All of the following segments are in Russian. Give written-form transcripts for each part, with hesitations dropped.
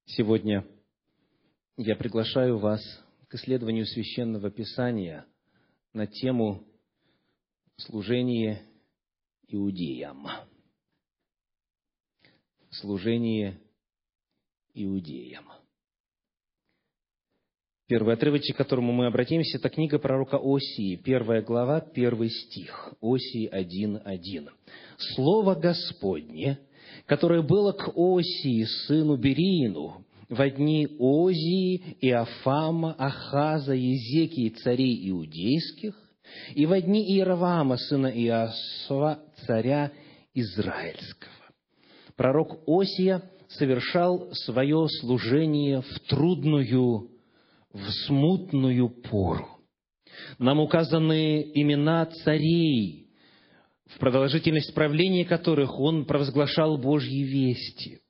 Сегодня я приглашаю вас к исследованию Священного Писания на тему «Служение иудеям». Служение иудеям. Первый отрывочек, к которому мы обратимся, это книга пророка Осии, 1 глава, 1 стих, Осии 1:1. «Слово Господне, которое было к Осии, сыну Бериину, во дни Озии, Иофама, Ахаза, Езекии, царей иудейских, и во дни Иеровоама, сына Иоасава, царя израильского». Пророк Осия совершал свое служение в трудную, в смутную пору. Нам указаны имена царей, в продолжительность правления которых он провозглашал Божьи вести.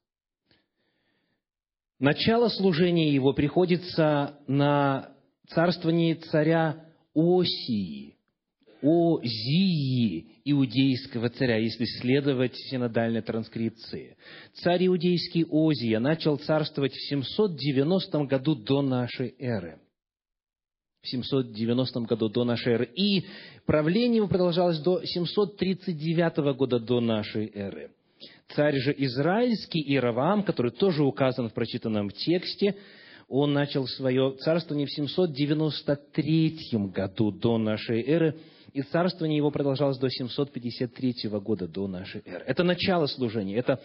Начало служения его приходится на царствование царя Осии, иудейского царя, если следовать синодальной транскрипции. Царь иудейский Озия начал царствовать в 790 году до нашей эры. В 790 году до нашей эры. И правление его продолжалось до 739 года до нашей эры. Царь же израильский Иеровоам, который тоже указан в прочитанном тексте, он начал свое царствование в 793 году до нашей эры, и царствование его продолжалось до 753 года до нашей эры. Это начало служения, это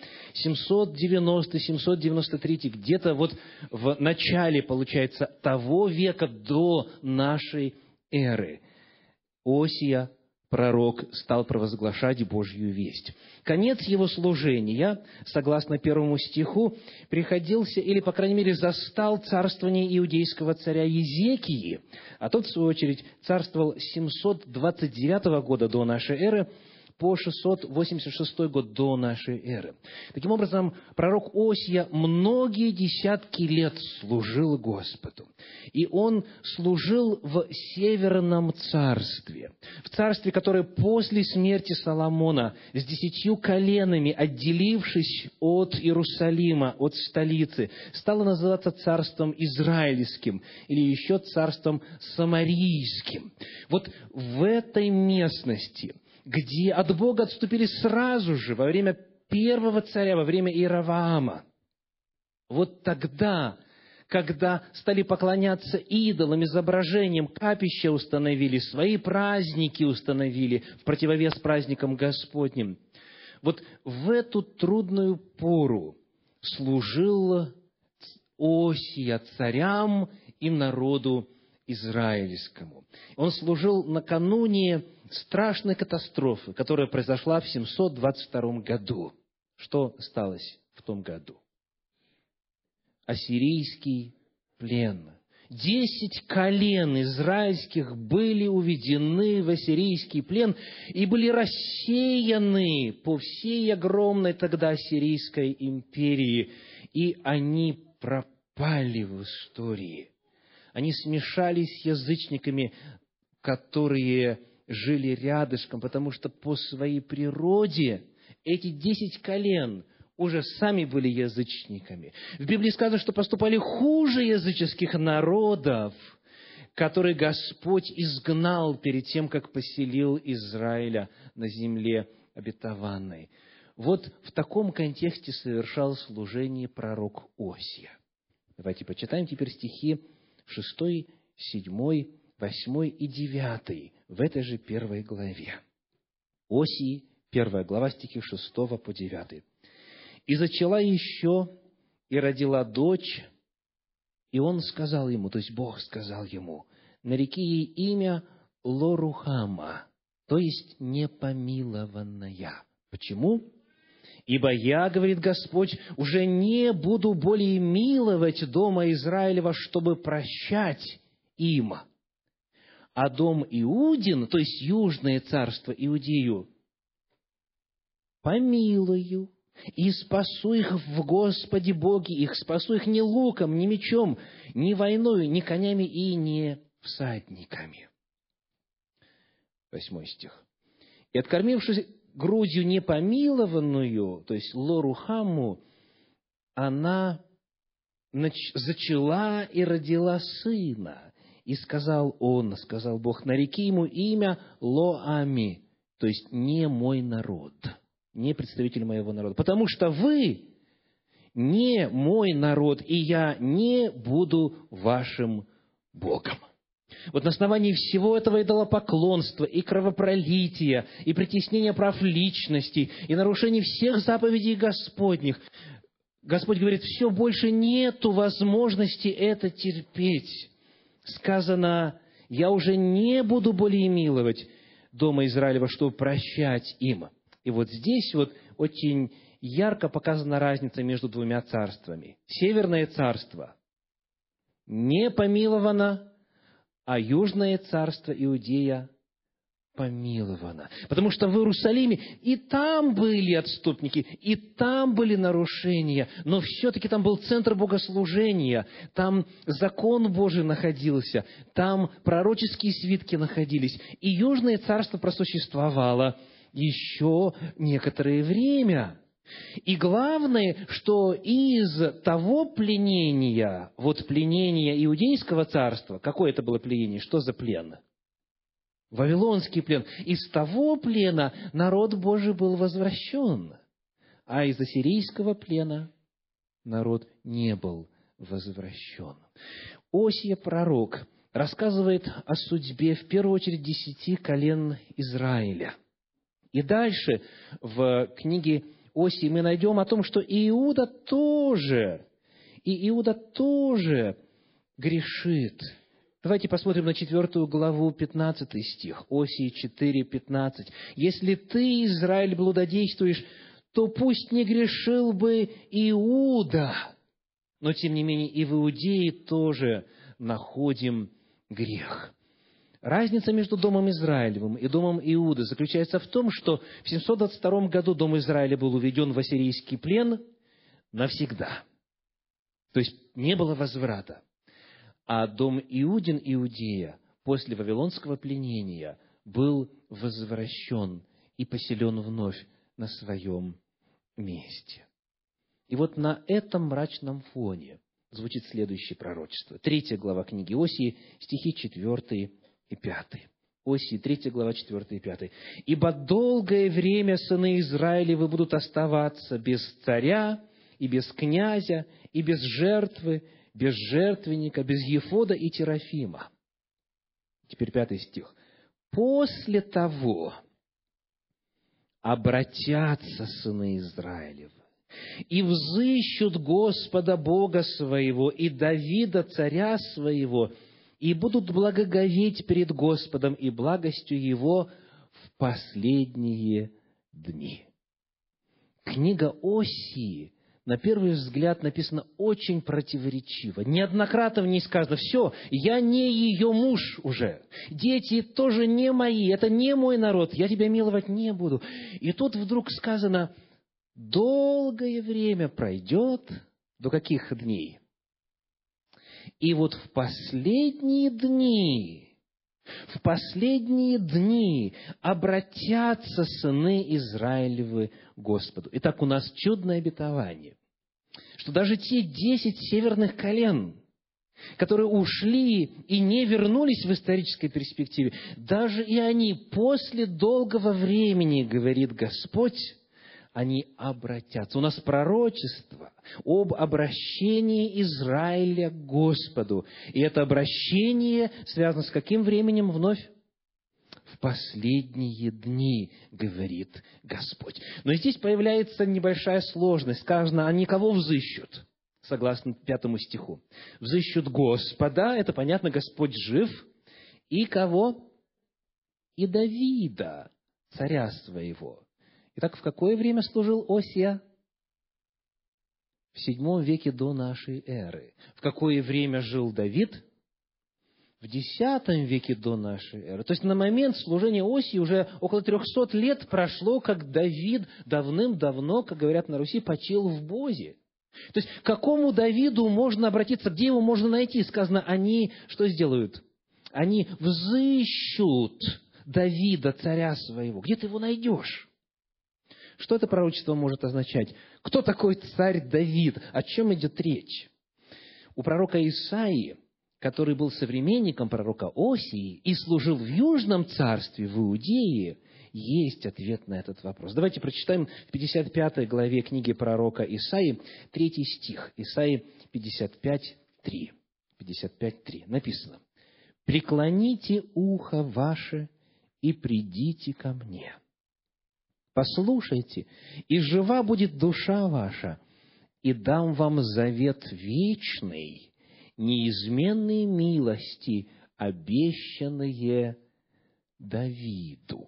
790-793, где-то вот в начале, получается, того века до нашей эры. Осия, пророк, стал провозглашать Божью весть. Конец его служения, согласно 1 стиху, приходился, или, по крайней мере, застал царствование иудейского царя Езекии, а тот, в свою очередь, царствовал с 729 года до нашей эры по 686 год до нашей эры. Таким образом, пророк Осия многие десятки лет служил Господу. И он служил в Северном царстве, в царстве, которое после смерти Соломона с 10 коленами, отделившись от Иерусалима, от столицы, стало называться царством израильским или еще царством самарийским. Вот в этой местности, где от Бога отступили сразу же, во время первого царя, во время Иеровоама. Вот тогда, когда стали поклоняться идолам, изображениям, капища установили, свои праздники установили в противовес праздникам Господним. Вот в эту трудную пору служил Осия царям и народу израильскому. Он служил накануне страшной катастрофы, которая произошла в 722 году. Что сталось в том году? Ассирийский плен. 10 колен израильских были уведены в ассирийский плен и были рассеяны по всей огромной тогда ассирийской империи. И они пропали в истории. Они смешались с язычниками, которые жили рядышком, потому что по своей природе эти 10 колен уже сами были язычниками. В Библии сказано, что поступали хуже языческих народов, которые Господь изгнал перед тем, как поселил Израиля на земле обетованной. Вот в таком контексте совершал служение пророк Осия. Давайте почитаем теперь стихи 6, 7, 8 и 9 в этой же 1 главе. Осии, 1 глава, стихи 6 по 9. «И зачала еще, и родила дочь, и он сказал ему», то есть Бог сказал ему, «нареки ей имя Лорухама», то есть непомилованная. Почему? «Ибо я, говорит Господь, уже не буду более миловать дома Израилева, чтобы прощать им. А дом Иудин, то есть южное царство Иудею, помилую, и спасу их в Господе Боге их, спасу их не луком, не мечом, не войною, не конями и не всадниками». 8 стих. «И откормившись грудью непомилованную, то есть Лорухаму, она зачала и родила сына. И сказал Бог, нареки ему имя Лоами, то есть не мой народ, не представитель моего народа, потому что вы не мой народ, и я не буду вашим Богом. Вот на основании всего этого идолопоклонства и кровопролития, и притеснения прав личности, и нарушения всех заповедей Господних, Господь говорит, все, больше нету возможности это терпеть. Сказано, я уже не буду более миловать дома Израилева, чтобы прощать им. И вот здесь вот очень ярко показана разница между двумя царствами. Северное царство не помиловано, а Южное царство Иудея помиловано. Потому что в Иерусалиме и там были отступники, и там были нарушения, но все-таки там был центр богослужения, там закон Божий находился, там пророческие свитки находились, и Южное царство просуществовало еще некоторое время. И главное, что из того пленения, вот пленения Иудейского царства, какое это было пленение, что за плен? Вавилонский плен. Из того плена народ Божий был возвращен, а из ассирийского плена народ не был возвращен. Осия пророк рассказывает о судьбе, в первую очередь, 10 колен Израиля. И дальше в книге Осии мы найдем о том, что Иуда тоже грешит. Давайте посмотрим на 4 главу, 15 стих, Осии 4, 15. «Если ты, Израиль, блудодействуешь, то пусть не грешил бы Иуда». Но, тем не менее, и в Иудее тоже находим грех. Разница между домом Израилевым и домом Иуды заключается в том, что в 722 году дом Израиля был уведен в ассирийский плен навсегда. То есть не было возврата. А дом Иудин, Иудея, после вавилонского пленения был возвращен и поселен вновь на своем месте. И вот на этом мрачном фоне звучит следующее пророчество. 3 глава книги Осии, стихи 4 и 5. Осии, 3 глава, 4 и 5. «Ибо долгое время сыны Израилевы будут оставаться без царя, и без князя, и без жертвы, без жертвенника, без ефода и терафима». Теперь 5 стих. «После того обратятся сыны Израилевы, и взыщут Господа Бога своего, и Давида царя своего, и будут благоговеть перед Господом и благостью Его в последние дни». Книга Осии, на первый взгляд, написана очень противоречиво. Неоднократно в ней сказано: все, я не ее муж уже, дети тоже не мои, это не мой народ, я тебя миловать не буду. И тут вдруг сказано: долгое время пройдет, до каких дней? И вот в последние дни обратятся сыны Израилевы к Господу. Итак, у нас чудное обетование, что даже те 10 северных колен, которые ушли и не вернулись в исторической перспективе, даже и они после долгого времени, говорит Господь, они обратятся. У нас пророчество об обращении Израиля к Господу. И это обращение связано с каким временем вновь? В последние дни, говорит Господь. Но здесь появляется небольшая сложность. Сказано, они кого взыщут? Согласно 5 стиху. Взыщут Господа, это понятно, Господь жив. И кого? И Давида, царя своего. Итак, в какое время служил Осия? В 7 веке до нашей эры. В какое время жил Давид? В 10 веке до нашей эры. То есть на момент служения Осии уже около 300 лет прошло, как Давид давным-давно, как говорят на Руси, почил в Бозе. То есть к какому Давиду можно обратиться, где его можно найти? Сказано, они что сделают? Они взыщут Давида, царя своего. Где ты его найдешь? Что это пророчество может означать? Кто такой царь Давид? О чем идет речь? У пророка Исаии, который был современником пророка Осии и служил в Южном царстве, в Иудее, есть ответ на этот вопрос. Давайте прочитаем в 55 главе книги пророка Исаии, 3 стих. Исаии 55:3. 55:3. Написано: «Преклоните ухо ваше и придите ко мне. Послушайте, и жива будет душа ваша, и дам вам завет вечный, неизменные милости, обещанные Давиду».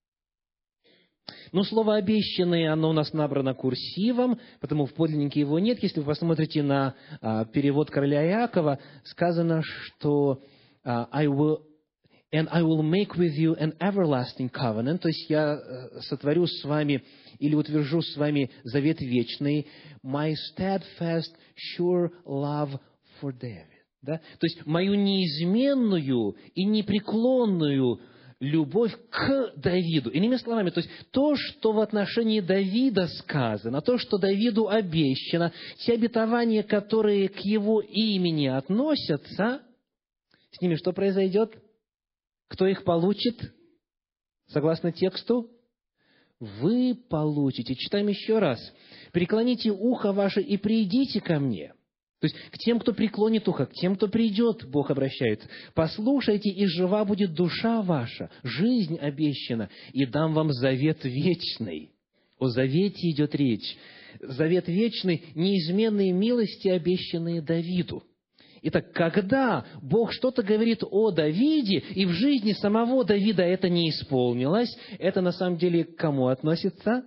Но слово «обещанные», оно у нас набрано курсивом, потому в подлиннике его нет. Если вы посмотрите на перевод короля Иакова, сказано, что «I will make with you an everlasting covenant», то есть я сотворю с вами или утвержу с вами завет вечный, «my steadfast, sure love for David». Да? То есть мою неизменную и непреклонную любовь к Давиду. Иными словами, то есть то, что в отношении Давида сказано, то, что Давиду обещано, те обетования, которые к его имени относятся, с ними что произойдет? Кто их получит? Согласно тексту? Вы получите. Читаем еще раз. «Преклоните ухо ваше и придите ко мне». То есть к тем, кто преклонит ухо, к тем, кто придет, Бог обращается. «Послушайте, и жива будет душа ваша, жизнь обещана, и дам вам завет вечный». О завете идет речь. Завет вечный, неизменные милости, обещанные Давиду. Итак, когда Бог что-то говорит о Давиде, и в жизни самого Давида это не исполнилось, это на самом деле к кому относится?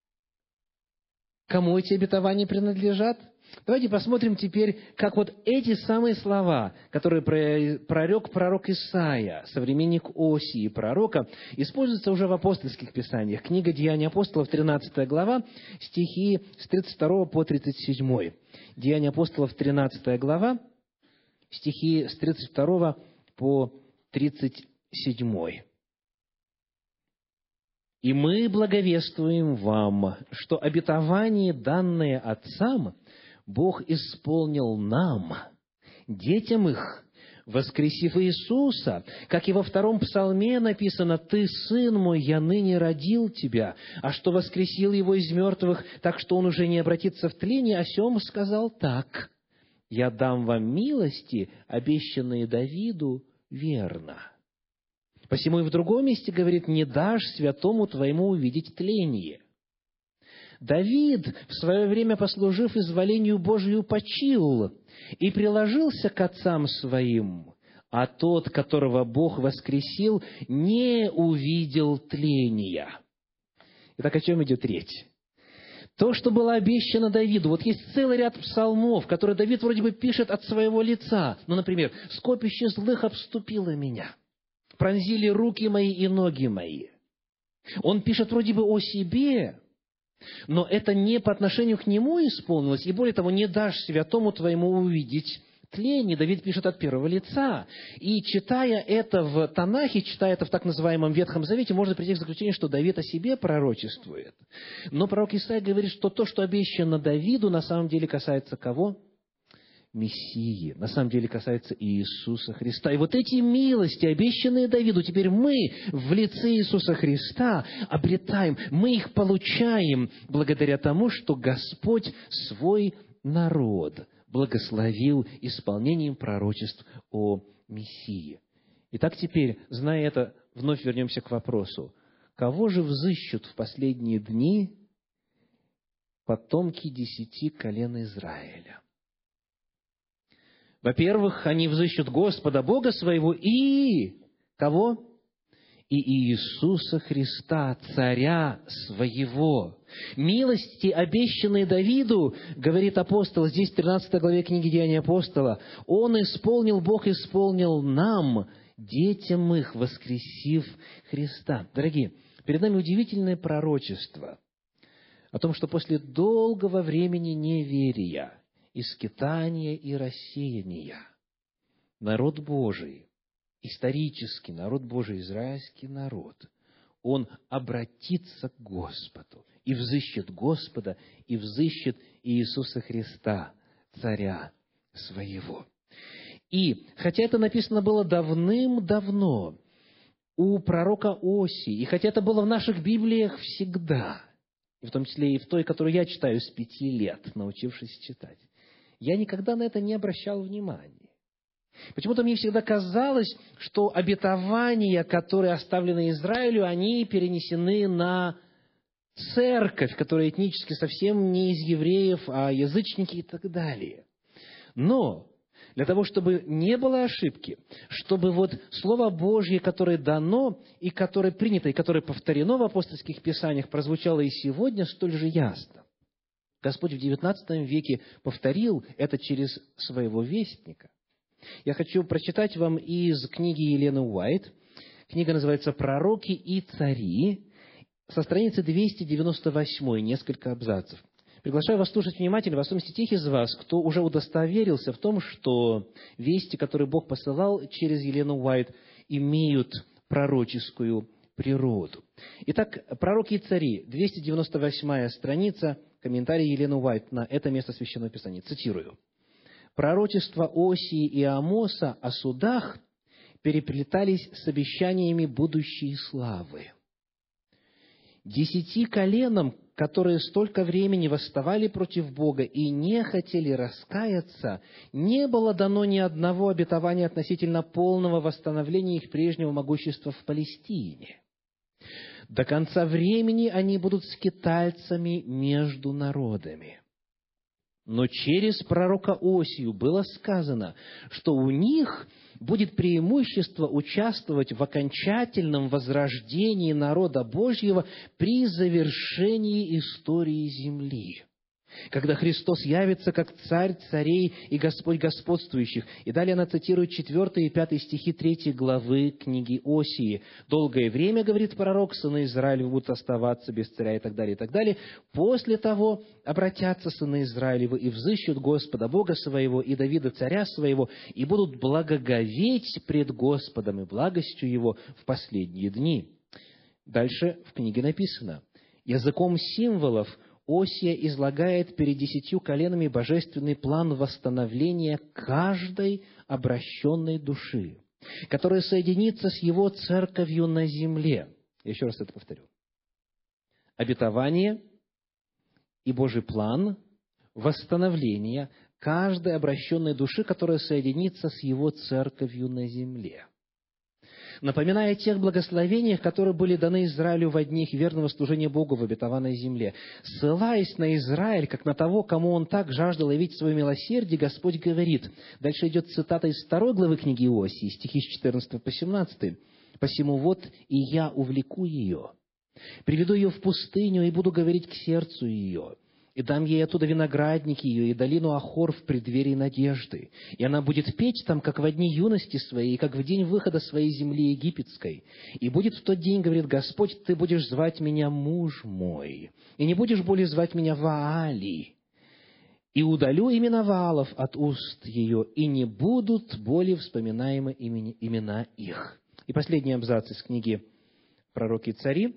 Кому эти обетования принадлежат? Давайте посмотрим теперь, как вот эти самые слова, которые прорек пророк Исаия, современник Осии пророка, используются уже в апостольских писаниях. Книга «Деяния апостолов», 13 глава, стихи с 32 по 37. «Деяния апостолов», 13 глава, стихи с 32 по 37. «И мы благовествуем вам, что обетование, данное отцам, Бог исполнил нам, детям их, воскресив Иисуса, как и во 2 псалме написано: «Ты, Сын мой, я ныне родил тебя», а что воскресил его из мертвых, так что он уже не обратится в тление, о сем сказал так: «Я дам вам милости, обещанные Давиду, верно». Посему и в другом месте говорит: «Не дашь святому твоему увидеть тление». Давид, в свое время послужив изволению Божию, почил и приложился к отцам своим, а тот, которого Бог воскресил, не увидел тления. Итак, о чем идет речь? То, что было обещано Давиду. Вот есть целый ряд псалмов, которые Давид вроде бы пишет от своего лица. Ну, например, «Скопище злых обступило меня, пронзили руки мои и ноги мои». Он пишет вроде бы о себе, но это не по отношению к нему исполнилось. И более того, «не дашь святому твоему увидеть тление». Давид пишет от первого лица. И читая это в Танахе, читая это в так называемом Ветхом Завете, можно прийти к заключению, что Давид о себе пророчествует. Но пророк Исаия говорит, что то, что обещано Давиду, на самом деле касается кого? Мессии. На самом деле касается Иисуса Христа. И вот эти милости, обещанные Давиду, теперь мы в лице Иисуса Христа обретаем, мы их получаем благодаря тому, что Господь свой народ благословил исполнением пророчеств о Мессии. Итак, теперь, зная это, вновь вернемся к вопросу: кого же взыщут в последние дни потомки 10 колен Израиля? Во-первых, они взыщут Господа Бога своего и кого? И Иисуса Христа, Царя своего. Милости, обещанные Давиду, говорит апостол, здесь в 13 главе книги Деяния апостола, Он исполнил, Бог исполнил нам, детям их, воскресив Христа. Дорогие, перед нами удивительное пророчество о том, что после долгого времени неверия, и скитания, и рассеяния народ Божий, исторический народ Божий, израильский народ, он обратится к Господу и взыщет Господа, и взыщет Иисуса Христа, Царя своего. И, хотя это написано было давным-давно у пророка Осии, и хотя это было в наших Библиях всегда, и в том числе и в той, которую я читаю с 5 лет, научившись читать, я никогда на это не обращал внимания. Почему-то мне всегда казалось, что обетования, которые оставлены Израилю, они перенесены на церковь, которая этнически совсем не из евреев, а язычники и так далее. Но для того, чтобы не было ошибки, чтобы вот Слово Божье, которое дано, и которое принято, и которое повторено в апостольских писаниях, прозвучало и сегодня столь же ясно. Господь в XIX веке повторил это через своего вестника. Я хочу прочитать вам из книги Елены Уайт. Книга называется «Пророки и цари», со страницы 298, несколько абзацев. Приглашаю вас слушать внимательно, в особенности тех из вас, кто уже удостоверился в том, что вести, которые Бог посылал через Елену Уайт, имеют пророческую природу. Итак, «Пророки и цари», 298 страница, комментарий Елены Уайт на это место Священного Писания. Цитирую. «Пророчества Осии и Амоса о судах переплетались с обещаниями будущей славы. 10 коленам, которые столько времени восставали против Бога и не хотели раскаяться, не было дано ни одного обетования относительно полного восстановления их прежнего могущества в Палестине. До конца времени они будут скитальцами между народами. Но через пророка Осию было сказано, что у них будет преимущество участвовать в окончательном возрождении народа Божьего при завершении истории земли, когда Христос явится как Царь царей и Господь господствующих». И далее она цитирует 4 и 5 стихи 3 главы книги Осии. «Долгое время, — говорит пророк, — сыны Израилевы будут оставаться без царя», и так далее, и так далее. «После того обратятся сыны Израилевы и взыщут Господа Бога своего и Давида царя своего, и будут благоговеть пред Господом и благостью Его в последние дни». Дальше в книге написано: «Языком символов Осия излагает перед 10 коленами божественный план восстановления каждой обращенной души, которая соединится с его церковью на земле». Я еще раз это повторю. Обетование и Божий план восстановления каждой обращенной души, которая соединится с его церковью на земле. Напоминая о тех благословениях, которые были даны Израилю во дни их верного служения Богу в обетованной земле. Ссылаясь на Израиль, как на того, кому он так жаждал явить свое милосердие, Господь говорит, дальше идет цитата из 2 главы книги Осии, стихи с 14 по 17. «Посему вот и я увлеку ее, приведу ее в пустыню и буду говорить к сердцу ее, и дам ей оттуда виноградник ее, и долину Ахор в преддверии надежды. И она будет петь там, как во дни юности своей, и как в день выхода своей земли египетской. И будет в тот день, говорит Господь, ты будешь звать меня муж мой, и не будешь более звать меня Ваали. И удалю имена Ваалов от уст ее, и не будут более вспоминаемы имена их». И последний абзац из книги «Пророки и цари».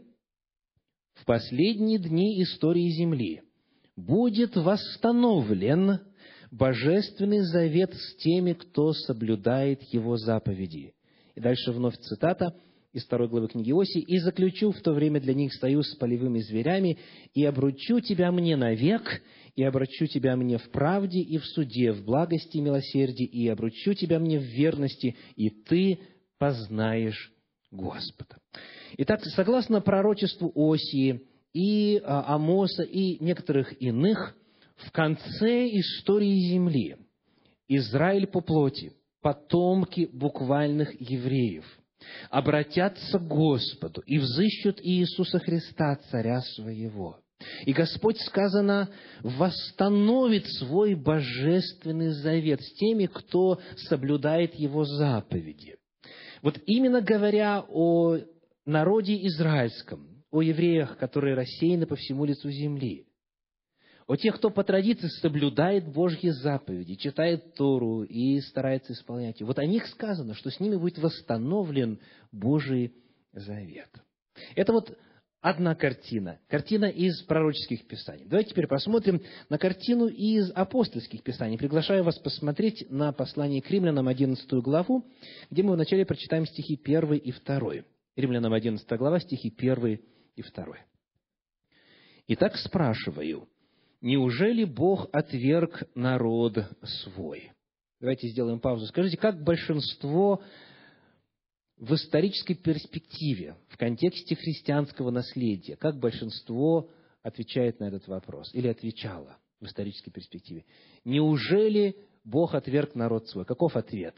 «В последние дни истории земли будет восстановлен божественный завет с теми, кто соблюдает его заповеди». И дальше вновь цитата из 2 главы книги Осии. «И заключу в то время для них союз с полевыми зверями, и обручу тебя мне навек, и обручу тебя мне в правде и в суде, в благости и милосердии, и обручу тебя мне в верности, и ты познаешь Господа». Итак, согласно пророчеству Осии и Амоса, и некоторых иных, в конце истории земли Израиль по плоти, потомки буквальных евреев, обратятся к Господу и взыщут Иисуса Христа, Царя своего. И Господь, сказано, восстановит свой божественный завет с теми, кто соблюдает Его заповеди. Вот именно говоря о народе израильском, о евреях, которые рассеяны по всему лицу земли, о тех, кто по традиции соблюдает Божьи заповеди, читает Тору и старается исполнять ее. Вот о них сказано, что с ними будет восстановлен Божий завет. Это вот одна картина. Картина из пророческих писаний. Давайте теперь посмотрим на картину из апостольских писаний. Приглашаю вас посмотреть на послание к Римлянам, 11 главу, где мы вначале прочитаем стихи 1 и 2. Римлянам 11 глава, стихи 1 и 2. «Итак, спрашиваю, неужели Бог отверг народ свой?» Давайте сделаем паузу. Скажите, как большинство в исторической перспективе, в контексте христианского наследия, как большинство отвечает на этот вопрос, или отвечало в исторической перспективе? Неужели Бог отверг народ свой? Каков ответ?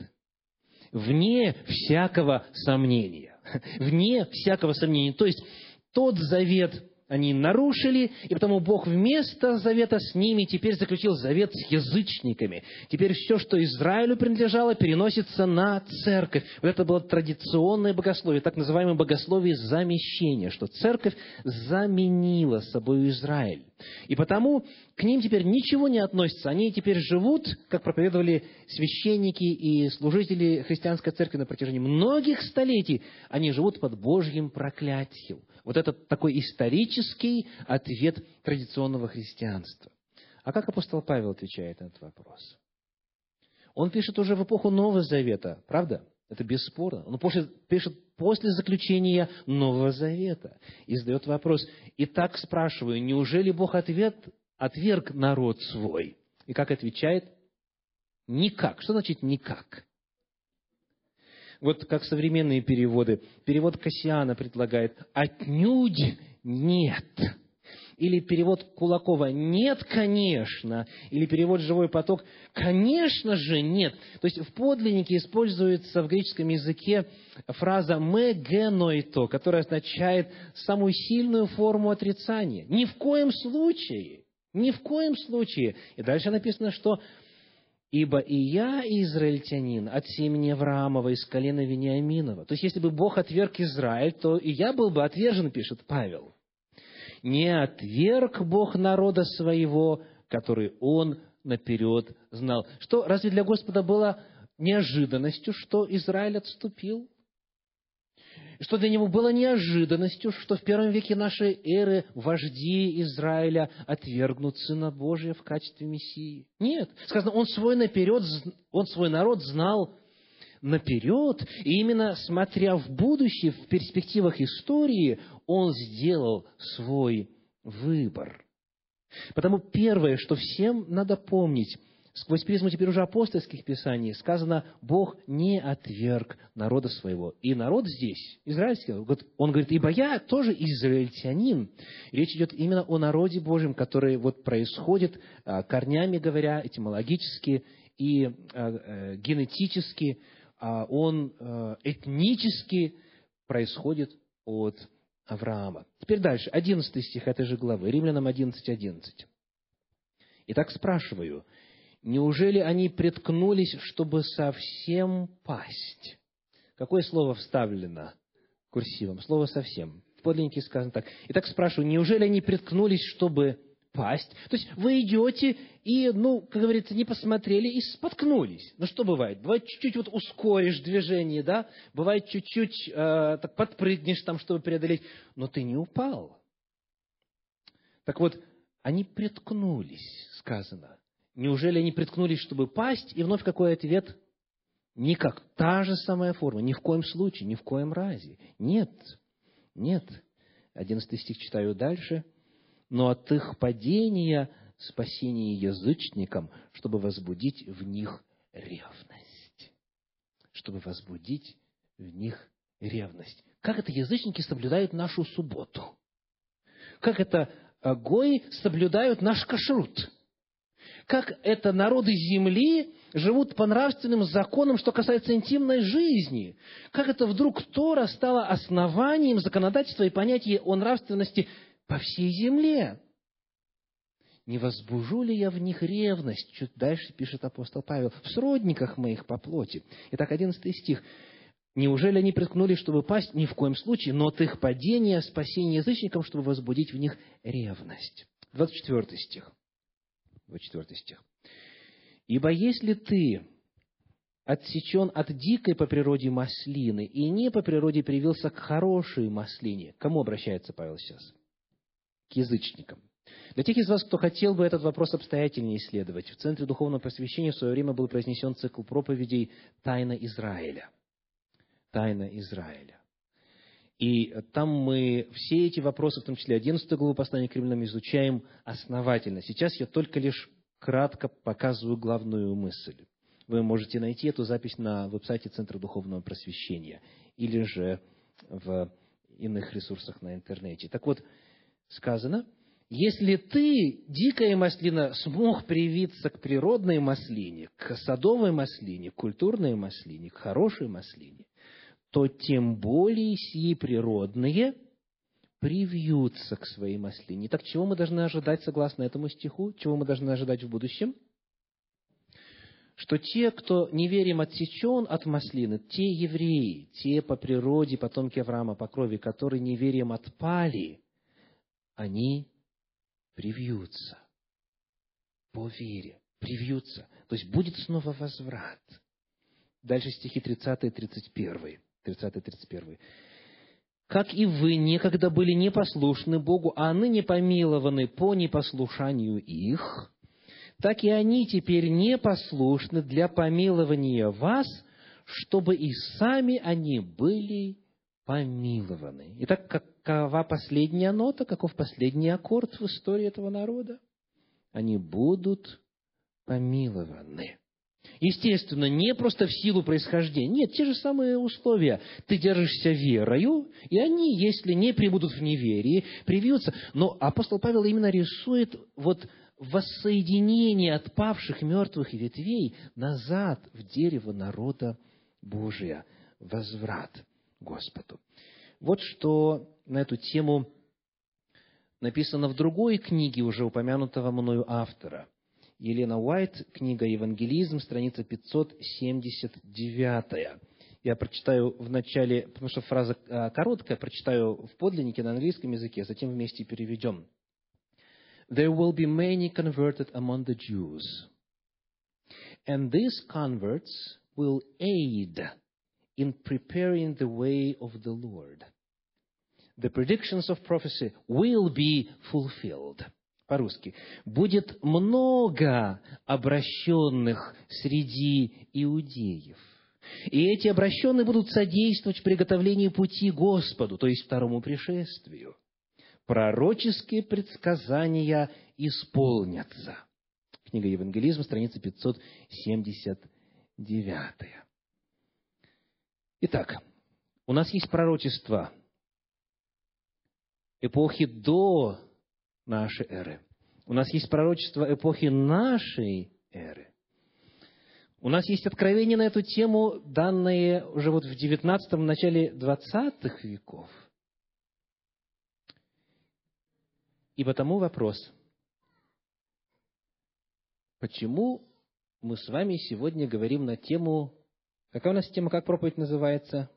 Вне всякого сомнения. Вне всякого сомнения. То есть, тот завет они нарушили, и потому Бог вместо завета с ними теперь заключил завет с язычниками. Теперь все, что Израилю принадлежало, переносится на церковь. Вот это было традиционное богословие, так называемое богословие замещения, что церковь заменила собой Израиль. И потому к ним теперь ничего не относится. Они теперь живут, как проповедовали священники и служители христианской церкви на протяжении многих столетий, они живут под Божьим проклятием. Вот это такой исторический ответ традиционного христианства. А как апостол Павел отвечает на этот вопрос? Он пишет уже в эпоху Нового Завета, правда? Это бесспорно. Он пишет после заключения Нового Завета и задает вопрос: «Итак, спрашиваю, неужели Бог отверг народ свой?» И как отвечает? Никак. Что значит никак? Вот как современные переводы. Перевод Кассиана предлагает «отнюдь нет». Или перевод Кулакова «нет, конечно». Или перевод «Живой поток» «конечно же нет». То есть в подлиннике используется в греческом языке фраза «ме геноито», которая означает самую сильную форму отрицания. Ни в коем случае. Ни в коем случае. И дальше написано, что «ибо и я, израильтянин, от семени Авраамова из колена Вениаминова». То есть, если бы Бог отверг Израиль, то и я был бы отвержен, пишет Павел. «Не отверг Бог народа своего, который Он наперед знал». Что, разве для Господа было неожиданностью, что Израиль отступил? Что для Него было неожиданностью, что в первом веке нашей эры вожди Израиля отвергнут Сына Божия в качестве Мессии? Нет. Сказано, Он свой народ знал наперед, и именно смотря в будущее, в перспективах истории, Он сделал свой выбор. Потому первое, что всем надо помнить, сквозь призму теперь уже апостольских писаний, сказано, Бог не отверг народа своего. И народ здесь, израильский, он говорит, ибо я тоже израильтянин. Речь идет именно о народе Божьем, который вот происходит, корнями говоря, этимологически и генетически, он этнически происходит от Авраама. Теперь дальше, 11 стих этой же главы, Римлянам 11:11. «Итак, спрашиваю, неужели они преткнулись, чтобы совсем пасть?» Какое слово вставлено курсивом? Слово «совсем». В подлиннике сказано так. «Итак, спрашиваю, неужели они преткнулись, чтобы пасть?» То есть, вы идете и, как говорится, не посмотрели и споткнулись. Что бывает? Бывает, чуть-чуть вот ускоришь движение, да? Бывает, чуть-чуть так подпрыгнешь там, чтобы преодолеть. Но ты не упал. Так вот, они преткнулись, сказано. Неужели они преткнулись, чтобы пасть? И вновь какой ответ? Никак. Та же самая форма. Ни в коем случае, ни в коем разе. Нет. Нет. 11 стих читаю дальше. «Но от их падения спасение язычникам, чтобы возбудить в них ревность». Чтобы возбудить в них ревность. Как это язычники соблюдают нашу субботу? Как это гои соблюдают наш кашрут? Как это народы земли живут по нравственным законам, что касается интимной жизни? Как это вдруг Тора стала основанием законодательства и понятия о нравственности по всей земле? «Не возбужу ли я в них ревность?» Чуть дальше пишет апостол Павел. «В сродниках моих по плоти». Итак, 11 стих. «Неужели они приткнулись, чтобы пасть?» Ни в коем случае, но от их падения спасение язычникам, чтобы возбудить в них ревность. 24 стих. 24 стих. «Ибо если ты отсечен от дикой по природе маслины и не по природе привился к хорошей маслине». К кому обращается Павел сейчас? К язычникам. Для тех из вас, кто хотел бы этот вопрос обстоятельнее исследовать, в Центре Духовного Просвещения в свое время был произнесен цикл проповедей «Тайна Израиля». «Тайна Израиля». И там мы все эти вопросы, в том числе 11 главу послания к Римлянам, изучаем основательно. Сейчас я только лишь кратко показываю главную мысль. Вы можете найти эту запись на веб-сайте Центра Духовного Просвещения или же в иных ресурсах на интернете. Так вот, сказано: если ты, дикая маслина, смог привиться к природной маслине, к садовой маслине, к культурной маслине, к хорошей маслине, то тем более сии природные привьются к своей маслине. Итак, чего мы должны ожидать согласно этому стиху? Чего мы должны ожидать в будущем? Что те, кто неверием отсечен от маслины, те евреи, те по природе потомки Авраама по крови, которые неверием отпали, они привьются по вере, привьются. То есть будет снова возврат. Дальше стихи 30 и 31. 30-31. «Как и вы некогда были непослушны Богу, а ныне помилованы по непослушанию их, так и они теперь непослушны для помилования вас, чтобы и сами они были помилованы». Итак, какова последняя нота, каков последний аккорд в истории этого народа? Они будут помилованы. Естественно, не просто в силу происхождения. Нет, те же самые условия. Ты держишься верою, и они, если не пребудут в неверии, привьются. Но апостол Павел именно рисует вот воссоединение отпавших мертвых ветвей назад в дерево народа Божия. Возврат Господу. Вот что на эту тему написано в другой книге, уже упомянутого мною автора. Елена Уайт, книга «Евангелизм», страница 579. Я прочитаю в начале, потому что фраза короткая, прочитаю в подлиннике на английском языке, затем вместе переведем. «There will be many converted among the Jews, and these converts will aid in preparing the way of the Lord. The predictions of prophecy will be fulfilled». По-русски. «Будет много обращенных среди иудеев, и эти обращенные будут содействовать в приготовлении пути Господу», то есть второму пришествию. «Пророческие предсказания исполнятся». Книга «Евангелизм», страница 579. Итак, у нас есть пророчество эпохи до нашей эры. У нас есть пророчество эпохи нашей эры. У нас есть откровения на эту тему, данные уже вот в 19-м, начале 20-х веков. И потому вопрос: почему мы с вами сегодня говорим на тему, какая у нас тема, как проповедь называется?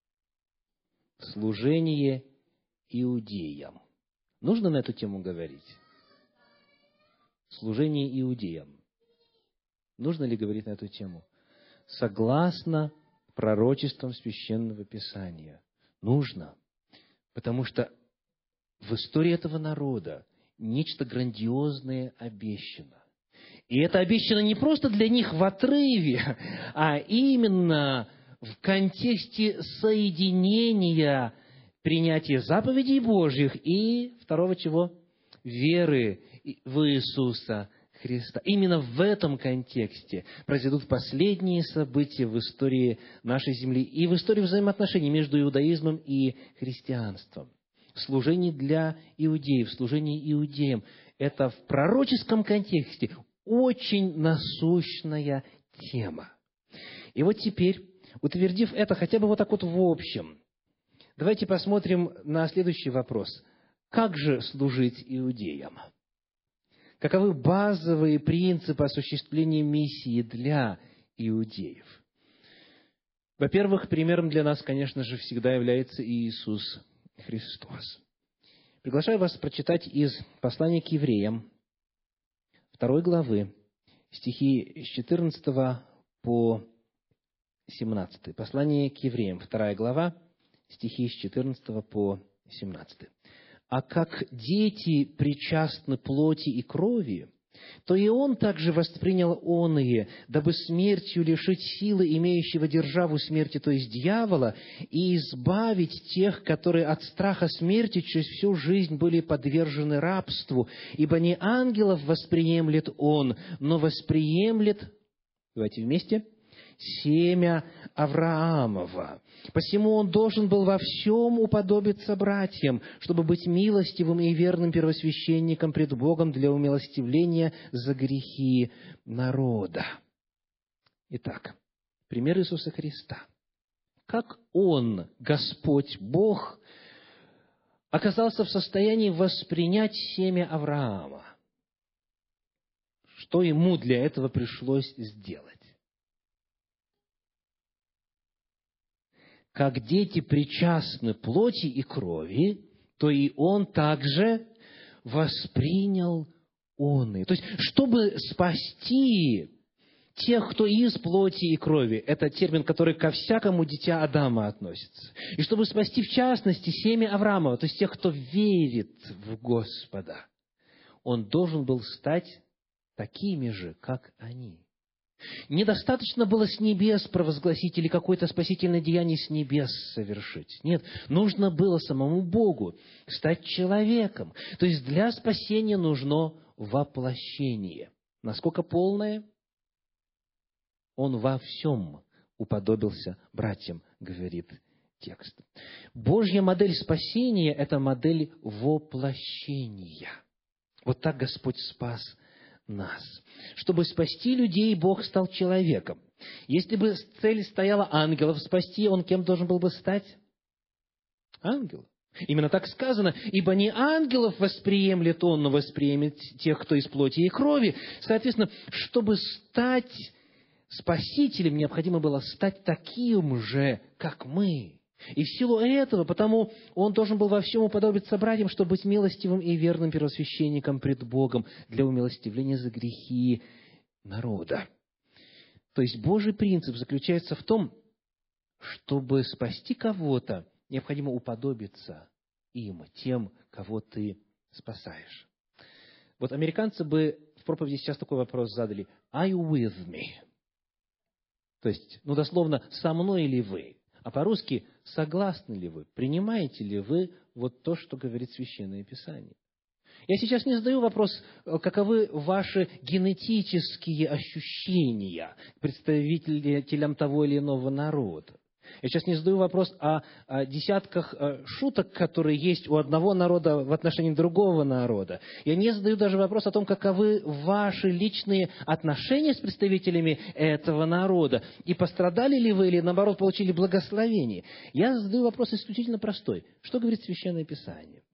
Служение иудеям. Нужно на эту тему говорить? Служение иудеям. Нужно ли говорить на эту тему? Согласно пророчествам Священного Писания. Нужно. Потому что в истории этого народа нечто грандиозное обещано. И это обещано не просто для них в отрыве, а именно в контексте соединения принятия заповедей Божьих и, второго чего? Веры в Иисуса Христа. Именно в этом контексте произойдут последние события в истории нашей земли и в истории взаимоотношений между иудаизмом и христианством. Служение для иудеев, служение иудеям – это в пророческом контексте очень насущная тема. И вот теперь, утвердив это хотя бы вот так вот в общем, давайте посмотрим на следующий вопрос. Как же служить иудеям? Каковы базовые принципы осуществления миссии для иудеев? Во-первых, примером для нас, конечно же, всегда является Иисус Христос. Приглашаю вас прочитать из послания к евреям, 2 главы, стихи с 14 по 17. Послание к евреям, 2 глава, стихи с 14 по 17. «А как дети причастны плоти и крови, то и он также воспринял оные, дабы смертью лишить силы имеющего державу смерти, то есть дьявола, и избавить тех, которые от страха смерти через всю жизнь были подвержены рабству. Ибо не ангелов восприемлет он, но восприемлет, давайте вместе, семя Авраамова. Посему он должен был во всем уподобиться братьям, чтобы быть милостивым и верным первосвященником пред Богом для умилостивления за грехи народа». Итак, пример Иисуса Христа. Как Он, Господь Бог, оказался в состоянии воспринять семя Авраама? Что Ему для этого пришлось сделать? Как дети причастны плоти и крови, то и Он также воспринял оные. То есть, чтобы спасти тех, кто из плоти и крови, это термин, который ко всякому дитя Адама относится, и чтобы спасти, в частности, семя Авраамова, то есть тех, кто верит в Господа, Он должен был стать такими же, как они. Недостаточно было с небес провозгласить или какое-то спасительное деяние с небес совершить. Нет, нужно было самому Богу стать человеком. То есть для спасения нужно воплощение. Насколько полное? Он во всем уподобился братьям, говорит текст. Божья модель спасения – это модель воплощения. Вот так Господь спас нас. Чтобы спасти людей, Бог стал человеком. Если бы цель стояла ангелов спасти, Он кем должен был бы стать? Ангелом. Именно так сказано, ибо не ангелов восприемлет Он, но восприемет тех, кто из плоти и крови. Соответственно, чтобы стать спасителем, необходимо было стать таким же, как мы. И в силу этого, потому он должен был во всем уподобиться братьям, чтобы быть милостивым и верным первосвященником пред Богом для умилостивления за грехи народа. То есть Божий принцип заключается в том, чтобы спасти кого-то, необходимо уподобиться им, тем, кого ты спасаешь. Вот американцы бы в проповеди сейчас такой вопрос задали: «Are you with me?» То есть, дословно, «со мной ли вы?» А по-русски, согласны ли вы, принимаете ли вы вот то, что говорит Священное Писание? Я сейчас не задаю вопрос, каковы ваши генетические ощущения к представителям того или иного народа. Я сейчас не задаю вопрос о десятках шуток, которые есть у одного народа в отношении другого народа. Я не задаю даже вопрос о том, каковы ваши личные отношения с представителями этого народа. И пострадали ли вы, или наоборот получили благословение. Я задаю вопрос исключительно простой. Что говорит Священное Писание?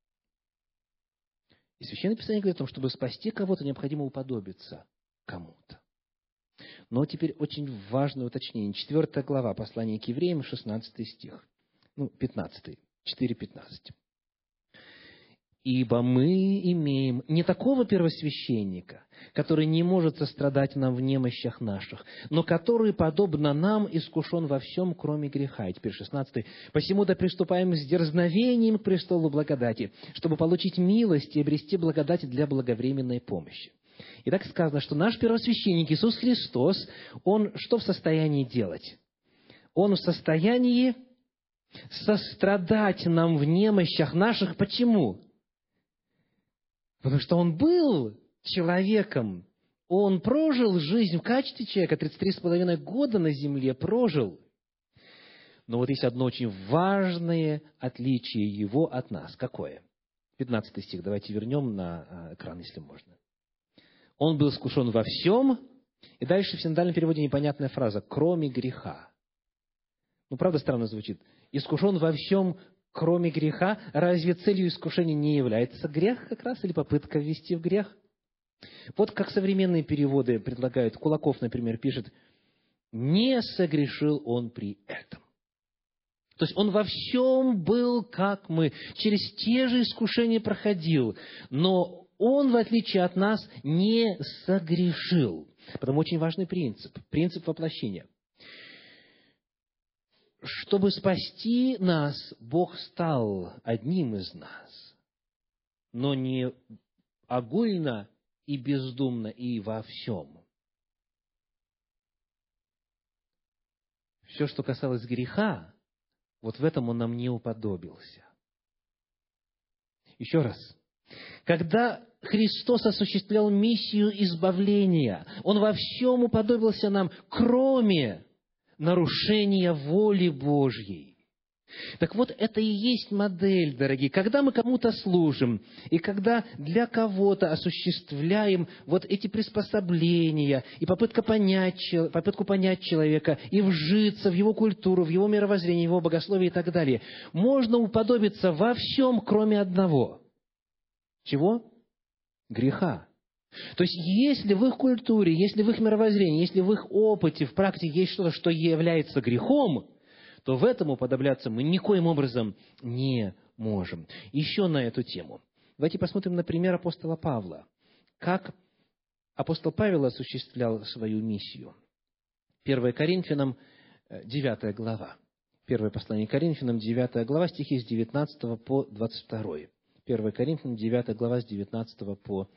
И Священное Писание говорит о том, чтобы спасти кого-то, необходимо уподобиться кому-то. Но теперь очень важное уточнение. 4 глава послания к евреям, 16 стих. 15, 4:15. «Ибо мы имеем не такого первосвященника, который не может сострадать нам в немощах наших, но который, подобно нам, искушен во всем, кроме греха». И теперь 16. «Посему да приступаем с дерзновением к престолу благодати, чтобы получить милость и обрести благодать для благовременной помощи». И так сказано, что наш первосвященник Иисус Христос, Он что в состоянии делать? Он в состоянии сострадать нам в немощах наших. Почему? Потому что Он был человеком. Он прожил жизнь в качестве человека, 33,5 года на земле прожил. Но вот есть одно очень важное отличие Его от нас. Какое? 15 стих. Давайте вернем на экран, если можно. Он был искушен во всем, и дальше в синодальном переводе непонятная фраза «кроме греха». Правда, странно звучит. Искушен во всем, кроме греха. Разве целью искушения не является грех как раз, или попытка ввести в грех? Вот как современные переводы предлагают. Кулаков, например, пишет: «Не согрешил он при этом». То есть он во всем был, как мы, через те же искушения проходил, но он, в отличие от нас, не согрешил. Потому очень важный принцип воплощения. чтобы спасти нас, Бог стал одним из нас, но не огульно и бездумно и во всем. Все, что касалось греха, вот в этом Он нам не уподобился. Еще раз. Когда Христос осуществлял миссию избавления, Он во всем уподобился нам, кроме нарушения воли Божьей. Так вот, это и есть модель, дорогие. Когда мы кому-то служим, и когда для кого-то осуществляем вот эти приспособления, и попытку понять человека, и вжиться в его культуру, в его мировоззрение, в его богословие и так далее, можно уподобиться во всем, кроме одного. Чего? Греха. То есть, если в их культуре, если в их мировоззрении, если в их опыте, в практике есть что-то, что является грехом, то в этом уподобляться мы никоим образом не можем. Еще на эту тему. Давайте посмотрим на пример апостола Павла. Как апостол Павел осуществлял свою миссию. 1 Коринфянам 9 глава. Первое послание Коринфянам 9 глава, стихи с 19 по 22. 1 Коринфянам 9 глава, с 19 по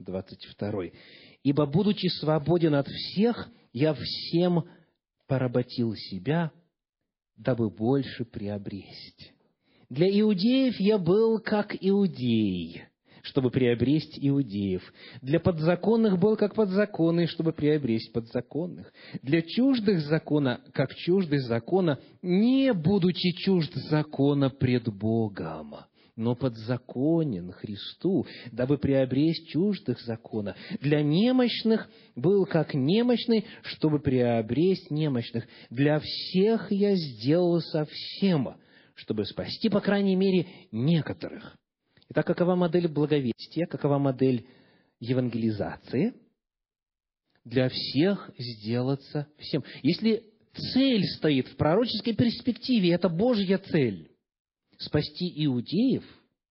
22. «Ибо, будучи свободен от всех, я всем поработил себя, дабы больше приобресть. Для иудеев я был как иудей, чтобы приобресть иудеев. Для подзаконных был как подзаконный, чтобы приобресть подзаконных. Для чуждых закона, как чуждый закона, не будучи чужд закона пред Богом, но подзаконен Христу, дабы приобресть чуждых закона. Для немощных был как немощный, чтобы приобресть немощных. Для всех я сделал совсем, чтобы спасти, по крайней мере, некоторых». Итак, какова модель благовестия, какова модель евангелизации? Для всех сделаться всем. Если цель стоит в пророческой перспективе, это Божья цель, спасти иудеев,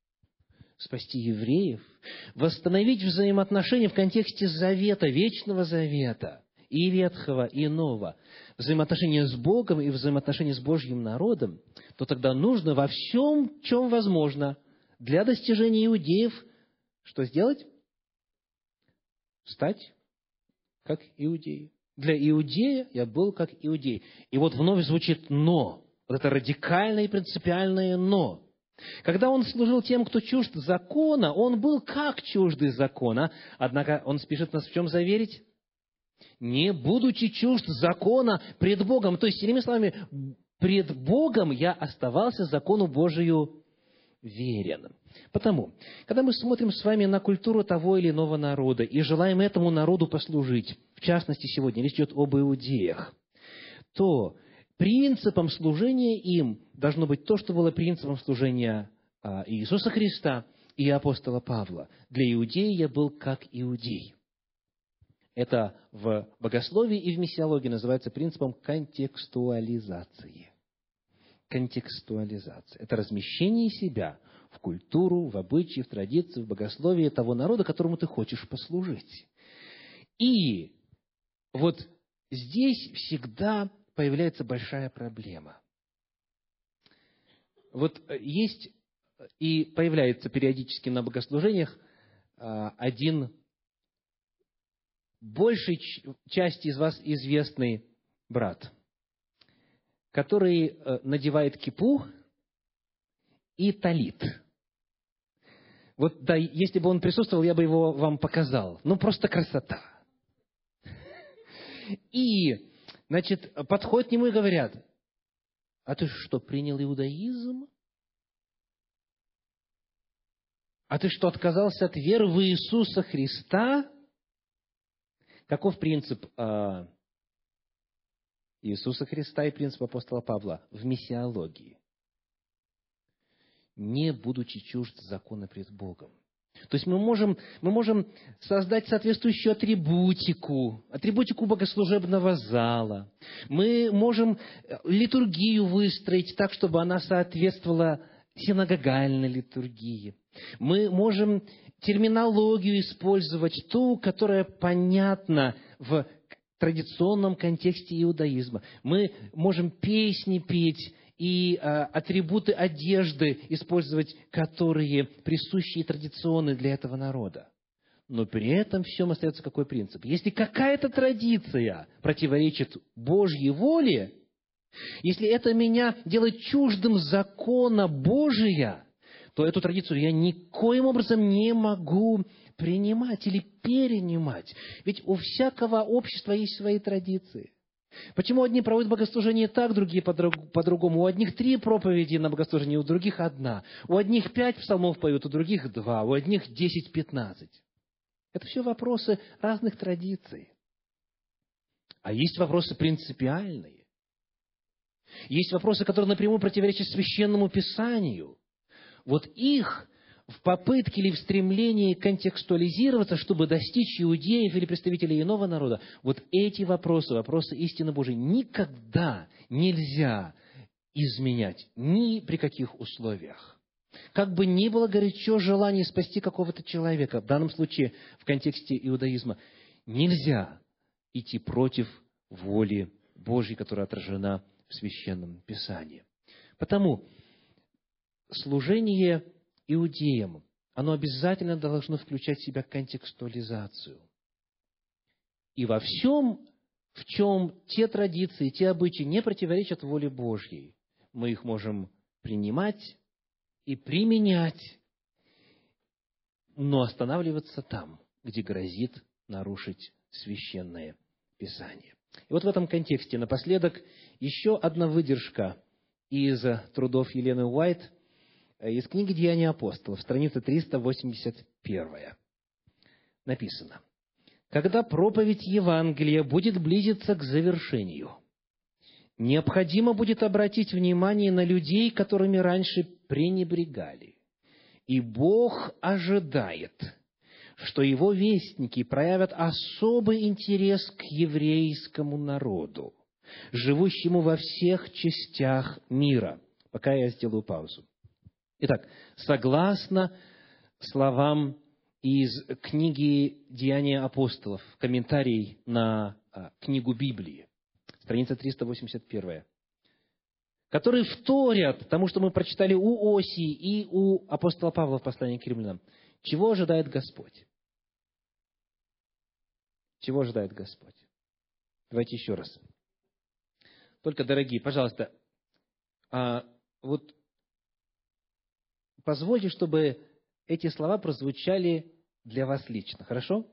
спасти евреев, восстановить взаимоотношения в контексте завета, вечного завета, и ветхого, и нового, взаимоотношения с Богом и взаимоотношения с Божьим народом, то тогда нужно во всем, чем возможно, для достижения иудеев, что сделать? Стать как иудеи. Для иудея я был как иудей. И вот вновь звучит «но». Вот это радикальное и принципиальное «но». Когда он служил тем, кто чужд закона, он был как чуждый закона. Однако он спешит нас в чем заверить? Не будучи чужд закона пред Богом. То есть, иными словами, пред Богом я оставался закону Божию верен. Потому, когда мы смотрим с вами на культуру того или иного народа и желаем этому народу послужить, в частности, сегодня речь идет об иудеях, то принципом служения им должно быть то, что было принципом служения Иисуса Христа и апостола Павла. Для иудея я был как иудей. Это в богословии и в миссиологии называется принципом контекстуализации. Контекстуализация. Это размещение себя в культуру, в обычаи, в традиции, в богословии того народа, которому ты хочешь послужить. И вот здесь всегда появляется большая проблема. Вот есть и появляется периодически на богослужениях один большей части из вас известный брат, который надевает кипу и талит. Вот да, если бы он присутствовал, я бы его вам показал. Ну, просто красота. И, значит, подходят к нему и говорят: а ты что, принял иудаизм? А ты что, отказался от веры в Иисуса Христа? Каков принцип Иисуса Христа и принцип апостола Павла в миссиологии? Не будучи чужд закона пред Богом. То есть мы можем создать соответствующую атрибутику богослужебного зала. Мы можем литургию выстроить так, чтобы она соответствовала синагогальной литургии. Мы можем терминологию использовать, ту, которая понятна в традиционном контексте иудаизма. Мы можем песни петь и атрибуты одежды использовать, которые присущи и традиционны для этого народа. Но при этом всем остается какой принцип? Если какая-то традиция противоречит Божьей воле, если это меня делает чуждым закона Божия, то эту традицию я никоим образом не могу принимать или перенимать. Ведь у всякого общества есть свои традиции. Почему одни проводят богослужение так, другие по-другому? У одних 3 проповеди на богослужение, у других 1. У одних 5 псалмов поют, у других 2, у одних 10-15. Это все вопросы разных традиций. А есть вопросы принципиальные. Есть вопросы, которые напрямую противоречат Священному Писанию. Вот их в попытке или в стремлении контекстуализироваться, чтобы достичь иудеев или представителей иного народа, вот эти вопросы, вопросы истины Божией, никогда нельзя изменять ни при каких условиях. Как бы ни было горячо желание спасти какого-то человека, в данном случае в контексте иудаизма, нельзя идти против воли Божьей, которая отражена в Священном Писании. Потому служение иудеям, оно обязательно должно включать в себя контекстуализацию. И во всем, в чем те традиции, те обычаи не противоречат воле Божьей, мы их можем принимать и применять, но останавливаться там, где грозит нарушить Священное Писание. И вот в этом контексте напоследок еще одна выдержка из трудов Елены Уайт, из книги «Деяния апостолов», страница 381. Написано: «Когда проповедь Евангелия будет близиться к завершению, необходимо будет обратить внимание на людей, которыми раньше пренебрегали. И Бог ожидает, что Его вестники проявят особый интерес к еврейскому народу, живущему во всех частях мира». Пока я сделаю паузу. Итак, согласно словам из книги «Деяния апостолов», комментарий на книгу Библии, страница 381, которые вторят тому, что мы прочитали у Осии и у апостола Павла в послании к римлянам. Чего ожидает Господь? Чего ожидает Господь? Давайте еще раз. Только, дорогие, пожалуйста, вот позвольте, чтобы эти слова прозвучали для вас лично, хорошо?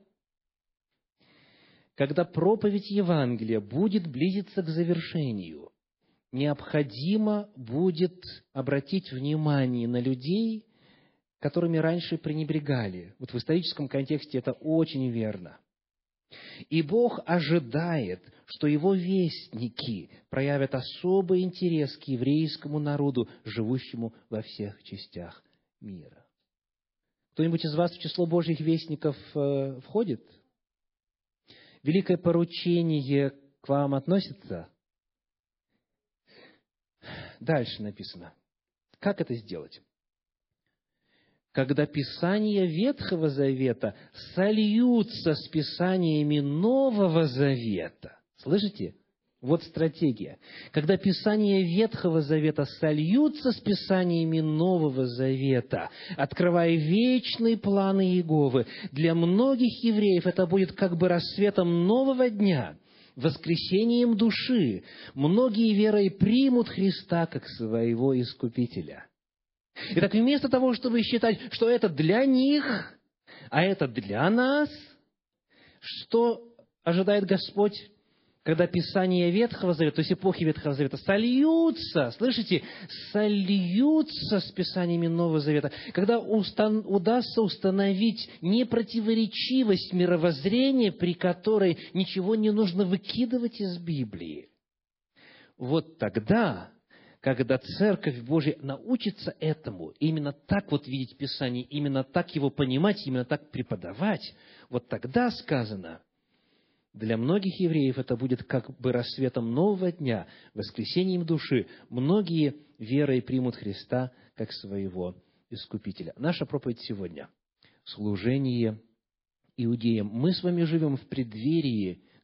Когда проповедь Евангелия будет близиться к завершению, необходимо будет обратить внимание на людей, которыми раньше пренебрегали. Вот в историческом контексте это очень верно. И Бог ожидает, что Его вестники проявят особый интерес к еврейскому народу, живущему во всех частях мира. Кто-нибудь из вас в число Божьих вестников входит? Великое поручение к вам относится? Дальше написано. Как это сделать? Когда Писания Ветхого Завета сольются с Писаниями Нового Завета. Слышите? Вот стратегия. Когда Писания Ветхого Завета сольются с Писаниями Нового Завета, открывая вечные планы Иеговы, для многих евреев это будет как бы рассветом нового дня, воскресением души. Многие верой примут Христа как своего Искупителя. Итак, вместо того, чтобы считать, что это для них, а это для нас, что ожидает Господь, когда Писания Ветхого Завета, то есть эпохи Ветхого Завета, сольются, слышите, сольются с Писаниями Нового Завета, когда удастся установить непротиворечивость мировоззрения, при которой ничего не нужно выкидывать из Библии, вот тогда, когда Церковь Божья научится этому, именно так вот видеть Писание, именно так его понимать, именно так преподавать, вот тогда сказано, для многих евреев это будет как бы рассветом нового дня, воскресением души. Многие верой примут Христа как своего Искупителя. Наша проповедь сегодня – служение иудеям. Мы с вами живем в преддверии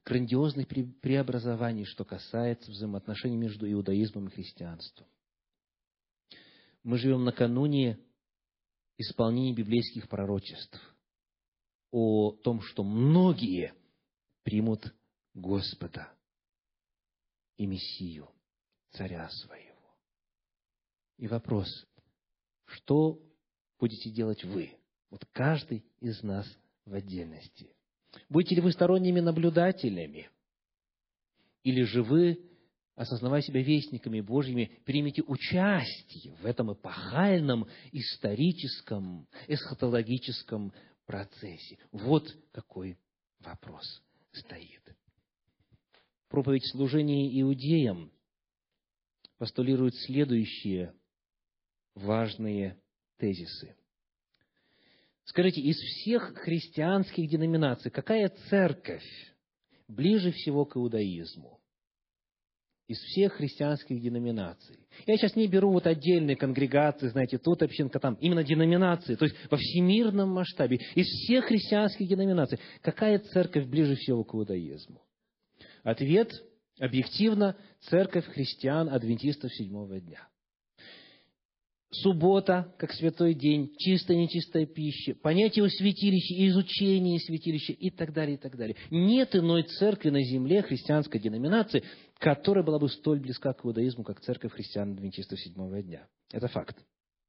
грандиозных преобразований, что касается взаимоотношений между иудаизмом и христианством. Мы живем накануне исполнения библейских пророчеств о том, что многие примут Господа и Мессию, Царя Своего. И вопрос, что будете делать вы? Вот каждый из нас в отдельности. Будете ли вы сторонними наблюдателями? Или же вы, осознавая себя вестниками Божьими, примете участие в этом эпохальном, историческом, эсхатологическом процессе? Вот какой вопрос стоит. Проповедь служения иудеям постулирует следующие важные тезисы. Скажите, из всех христианских деноминаций, какая церковь ближе всего к иудаизму? Из всех христианских деноминаций. Я сейчас не беру отдельные конгрегации, знаете, тут общинка, там, именно деноминации, то есть во всемирном масштабе. Из всех христианских деноминаций, какая церковь ближе всего к иудаизму? Ответ объективно – церковь христиан-адвентистов седьмого дня. Суббота, как святой день, чистая, нечистая пища, понятие о святилище, изучение святилища и так далее, и так далее. Нет иной церкви на земле, христианской деноминации, которая была бы столь близка к иудаизму, как церковь христиан-адвентистов седьмого дня. Это факт.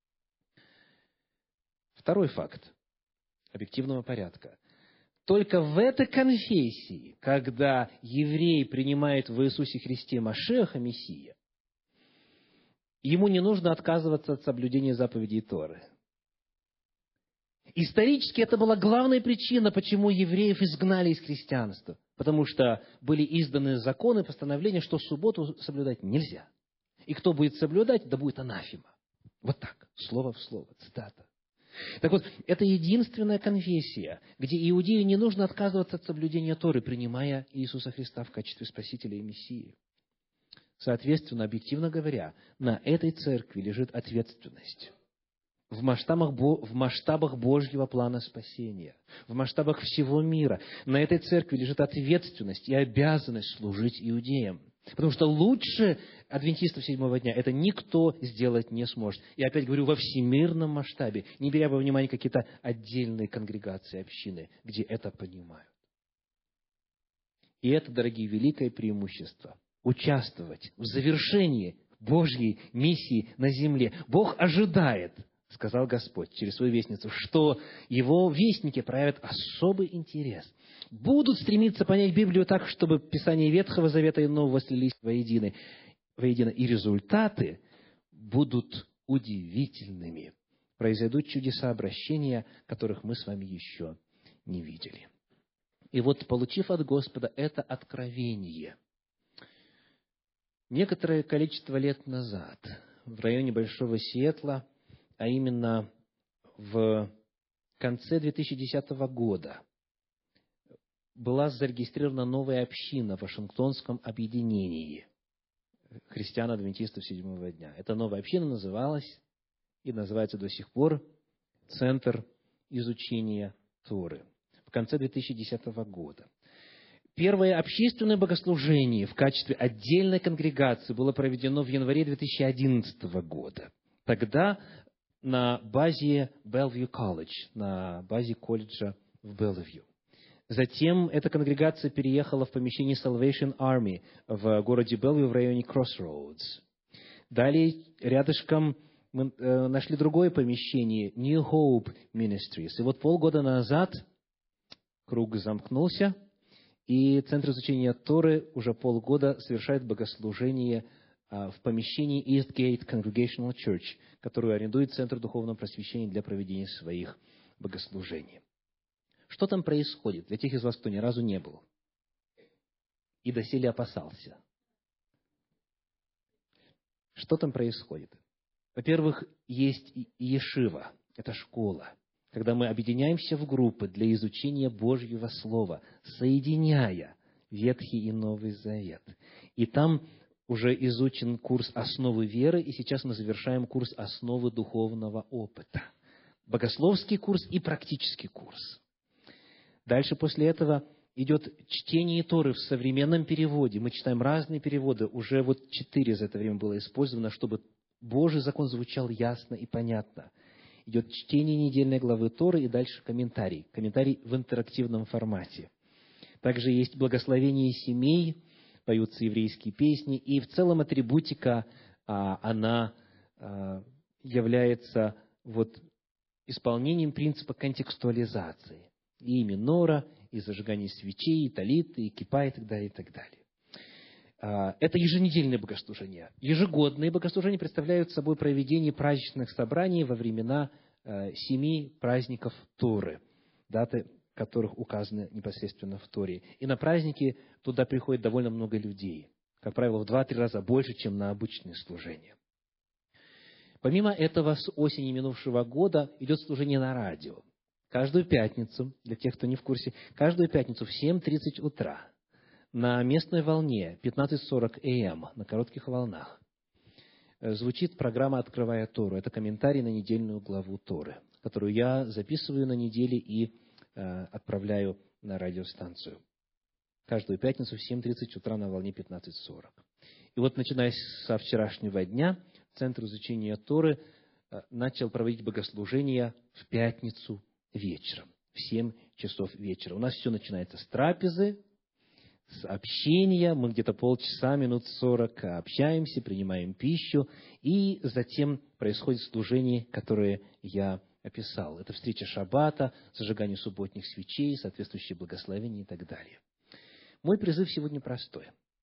Второй факт объективного порядка. Только в этой конфессии, когда еврей принимает в Иисусе Христе Машиаха, Мессия, ему не нужно отказываться от соблюдения заповедей Торы. Исторически это была главная причина, почему евреев изгнали из христианства. Потому что были изданы законы, постановления, что субботу соблюдать нельзя. И кто будет соблюдать, да будет анафема. Вот так, слово в слово, цитата. Так вот, это единственная конфессия, где иудею не нужно отказываться от соблюдения Торы, принимая Иисуса Христа в качестве Спасителя и Мессии. Соответственно, объективно говоря, на этой церкви лежит ответственность. В масштабах Божьего плана спасения, в масштабах всего мира. На этой церкви лежит ответственность и обязанность служить иудеям. Потому что лучше адвентистов седьмого дня это никто сделать не сможет. И опять говорю, во всемирном масштабе, не беря во внимание какие-то отдельные конгрегации, общины, где это понимают. И это, дорогие, великое преимущество. Участвовать в завершении Божьей миссии на земле. Бог ожидает, сказал Господь через свою вестницу, что Его вестники проявят особый интерес. Будут стремиться понять Библию так, чтобы Писания Ветхого Завета и Нового слились воедино. И результаты будут удивительными. Произойдут чудеса обращения, которых мы с вами еще не видели. И вот, получив от Господа это откровение, некоторое количество лет назад, в районе Большого Сиэтла, а именно в конце 2010 года, была зарегистрирована новая община в Вашингтонском объединении христиан-адвентистов седьмого дня. Эта новая община называлась и называется до сих пор Центр изучения Торы. В конце 2010 года. Первое общественное богослужение в качестве отдельной конгрегации было проведено в январе 2011 года. Тогда на базе Bellevue College, на базе колледжа в Беллевью. Затем эта конгрегация переехала в помещение Salvation Army в городе Беллевью в районе Crossroads. Далее рядышком мы нашли другое помещение, New Hope Ministries. И вот полгода назад круг замкнулся, и Центр изучения Торы уже полгода совершает богослужение в помещении Eastgate Congregational Church, которую арендует Центр духовного просвещения для проведения своих богослужений. Что там происходит для тех из вас, кто ни разу не был и доселе опасался? Что там происходит? Во-первых, есть ешива, это школа, когда мы объединяемся в группы для изучения Божьего Слова, соединяя Ветхий и Новый Завет. И там уже изучен курс «Основы веры», и сейчас мы завершаем курс «Основы духовного опыта». Богословский курс и практический курс. Дальше после этого идет чтение Торы в современном переводе. Мы читаем разные переводы. Уже 4 за это время было использовано, чтобы Божий закон звучал ясно и понятно. Идет чтение недельной главы Торы и дальше комментарий. Комментарий в интерактивном формате. Также есть благословение семей, поются еврейские песни. И в целом атрибутика, она является исполнением принципа контекстуализации. И минора, и зажигание свечей, и талиты, и кипа, и так далее, и так далее. Это еженедельные богослужения. Ежегодные богослужения представляют собой проведение праздничных собраний во времена 7 праздников Торы, даты которых указаны непосредственно в Торе. И на праздники туда приходит довольно много людей. Как правило, в 2-3 раза больше, чем на обычные служения. Помимо этого, с осени минувшего года идет служение на радио. Каждую пятницу, для тех, кто не в курсе, каждую пятницу в 7:30 утра на местной волне 15:40 АМ, на коротких волнах, звучит программа «Открывая Тору». Это комментарий на недельную главу Торы, которую я записываю на неделе и отправляю на радиостанцию. Каждую пятницу в 7:30 утра на волне 15:40. И начиная со вчерашнего дня, Центр изучения Торы начал проводить богослужения в пятницу вечером, в 7 часов вечера. У нас все начинается с трапезы, с общения. Мы где-то полчаса, минут 40 общаемся, принимаем пищу. И затем происходит служение, которое я описал. Это встреча шаббата, зажигание субботних свечей, соответствующие благословения и так далее. Мой призыв сегодня простой.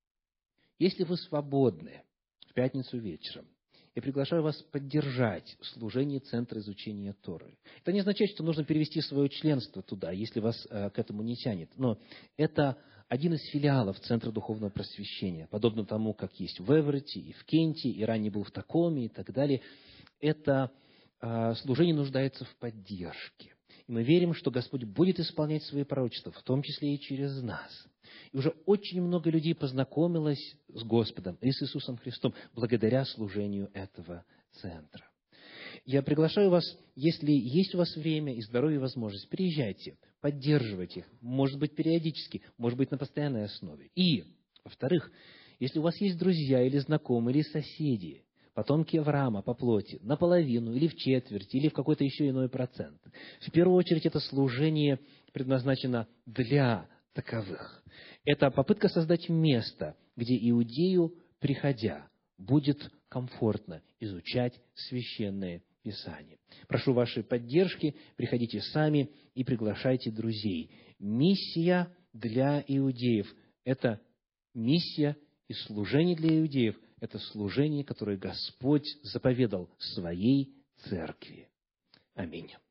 Если вы свободны в пятницу вечером, я приглашаю вас поддержать служение Центра изучения Торы. Это не означает, что нужно перевести свое членство туда, если вас к этому не тянет. Но это один из филиалов Центра духовного просвещения, подобно тому, как есть в Эверетте и в Кенте, и ранее был в Такоме и так далее. Это служение нуждается в поддержке. И мы верим, что Господь будет исполнять свои пророчества, в том числе и через нас. И уже очень много людей познакомилось с Господом и с Иисусом Христом благодаря служению этого центра. Я приглашаю вас, если есть у вас время и здоровье и возможность, приезжайте, поддерживайте их, может быть, периодически, может быть, на постоянной основе. И, во-вторых, если у вас есть друзья или знакомые, или соседи, потомки Авраама по плоти, наполовину, или в четверть, или в какой-то еще иной процент, в первую очередь это служение предназначено для таковых. Это попытка создать место, где иудею, приходя, будет комфортно изучать Священное Писание. Прошу вашей поддержки, приходите сами и приглашайте друзей. Миссия для иудеев – это миссия и служение для иудеев – это служение, которое Господь заповедал своей церкви. Аминь.